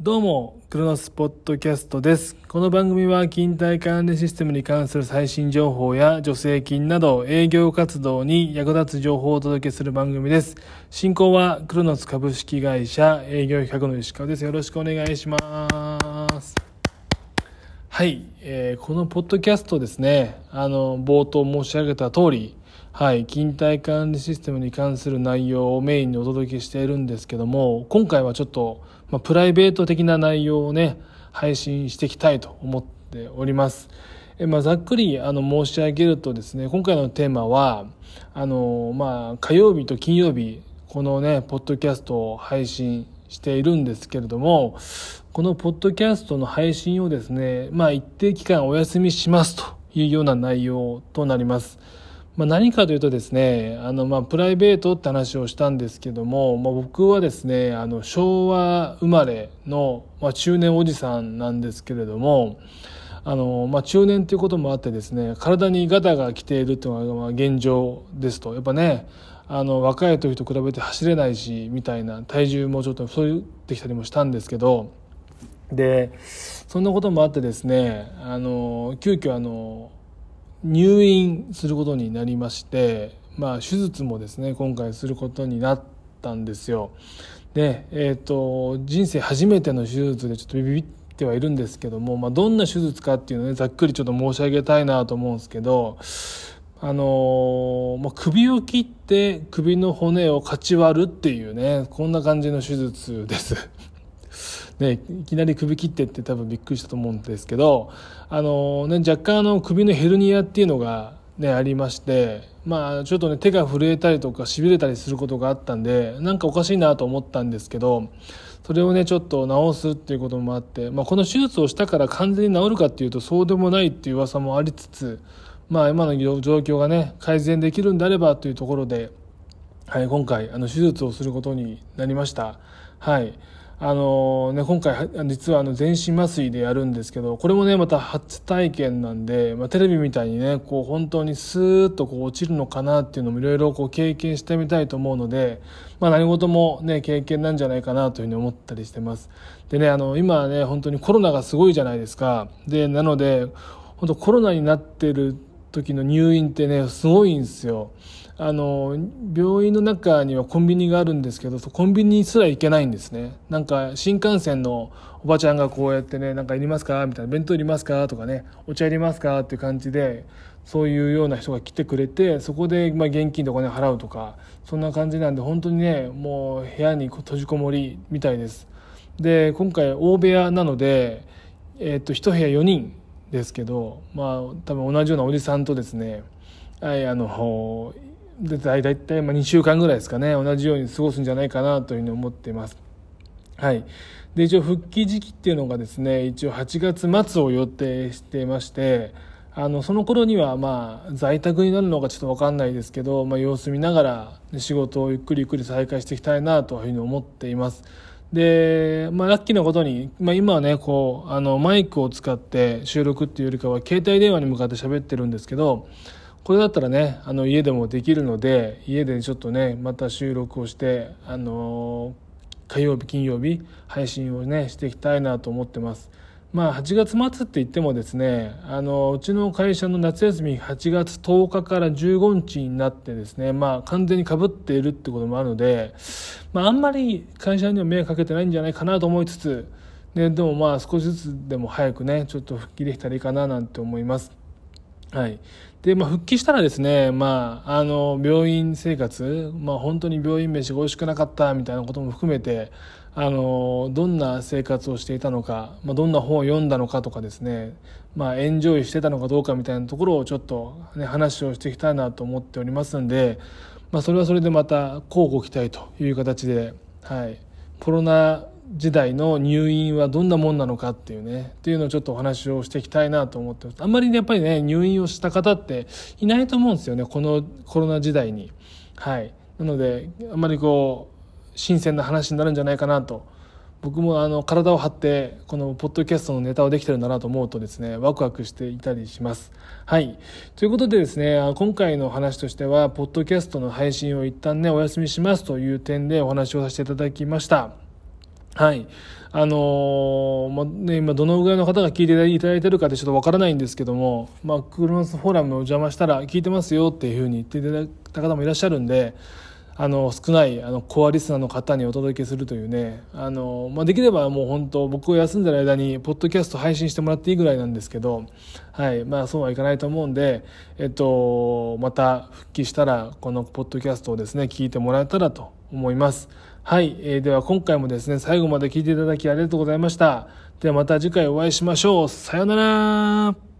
どうも、クロノスポッドキャストです。この番組は勤怠管理システムに関する最新情報や助成金など営業活動に役立つ情報をお届けする番組です。進行はクロノス株式会社営業企画の石川です。よろしくお願いします。はい、このポッドキャストですね、冒頭申し上げた通り、勤怠管理システムに関する内容をメインにお届けしているんですけども、今回はちょっと、プライベート的な内容をね、配信していきたいと思っております。ざっくり申し上げるとですね、今回のテーマは火曜日と金曜日このねポッドキャストを配信しているんですけれども、このポッドキャストの配信をですね、一定期間お休みしますというような内容となります。何かというとですね、プライベートって話をしたんですけども、僕はですね、昭和生まれの、中年おじさんなんですけれども、中年ということもあってですね、体にガタが来ているというのが現状ですと、やっぱね、若い時と比べて走れないしみたいな、体重もちょっと太ってきたりもしたんですけど、でそんなこともあってですね、急遽入院することになりまして、手術もですね今回することになったんですよ。で、人生初めての手術でちょっとビビってはいるんですけども、どんな手術かっていうのをねざっくりちょっと申し上げたいなと思うんですけど、首を切って首の骨をかち割るっていうね、こんな感じの手術ですね、いきなり首切ってって多分びっくりしたと思うんですけど、若干首のヘルニアっていうのが、ありまして、ちょっとね手が震えたりとかしびれたりすることがあったんで、なんかおかしいなと思ったんですけど、それをねちょっと治すっていうこともあって、この手術をしたから完全に治るかっていうとそうでもないっていう噂もありつつ、今の状況がね改善できるんであればというところで、今回手術をすることになりました。今回実は全身麻酔でやるんですけど、これもねまた初体験なんで、テレビみたいにねこう本当にスーッとこう落ちるのかなっていうのもいろいろ経験してみたいと思うので、何事もね経験なんじゃないかなというふうに思ったりしてます。でね、今ね本当にコロナがすごいじゃないですか。でなので本当コロナになってる時の入院ってねすごいんですよ。病院の中にはコンビニがあるんですけど、コンビニすら行けないんですね。なんか新幹線のおばちゃんがこうやってね、なんかいりますかみたいな、弁当いりますかとかね、お茶いりますかっていう感じで、そういうような人が来てくれて、そこで現金とかね払うとか、そんな感じなんで、本当にねもう部屋に閉じこもりみたいです。で今回大部屋なので、一部屋4人ですけど、多分同じようなおじさんとですね、でだいたい2週間ぐらいですかね、同じように過ごすんじゃないかなというふうに思っています。で一応復帰時期っていうのがですね、一応8月末を予定していまして、その頃には在宅になるのかちょっと分かんないですけど、様子見ながら仕事をゆっくり再開していきたいなというふうに思っています。で、ラッキーなことに、今はねマイクを使って収録っていうよりかは携帯電話に向かって喋ってるんですけど、これだったらね家でもできるので、家でちょっとねまた収録をして、火曜日金曜日配信をねしていきたいなと思ってます。8月末って言ってもですね、うちの会社の夏休み8月10日から15日になってですね、完全に被っているってこともあるので、あんまり会社には迷惑かけてないんじゃないかなと思いつつ、でも少しずつでも早くねちょっと復帰できたらいいかななんて思います。で復帰したらですね、病院生活、本当に病院飯が美味しくなかったみたいなことも含めて、どんな生活をしていたのか、どんな本を読んだのかとかですね、エンジョイしてたのかどうかみたいなところをちょっと、話をしていきたいなと思っておりますんで、それはそれでまた乞うご期待という形で、コロナ時代の入院はどんなもんなのかっていうね、っていうのをちょっとお話をしていきたいなと思ってます。あんまりやっぱりね入院をした方っていないと思うんですよね、このコロナ時代に。なのであんまり新鮮な話になるんじゃないかなと、僕も体を張ってこのポッドキャストのネタをできてるんだなと思うとですね、ワクワクしていたりします。ということでですね、今回の話としてはポッドキャストの配信を一旦ねお休みしますという点でお話をさせていただきました。 はい。今どのぐらいの方が聞いていただいてるかってちょっとわからないんですけども、クロノスフォーラムのお邪魔したら聞いてますよっていうふうに言っていただいた方もいらっしゃるんで、少ないコアリスナーの方にお届けするというね、できればもう本当僕を休んでる間にポッドキャスト配信してもらっていいぐらいなんですけど、はい、そうはいかないと思うんで、また復帰したらこのポッドキャストをですね聞いてもらえたらと思います。はい、では今回もですね最後まで聞いていただきありがとうございました。ではまた次回お会いしましょう。さようなら。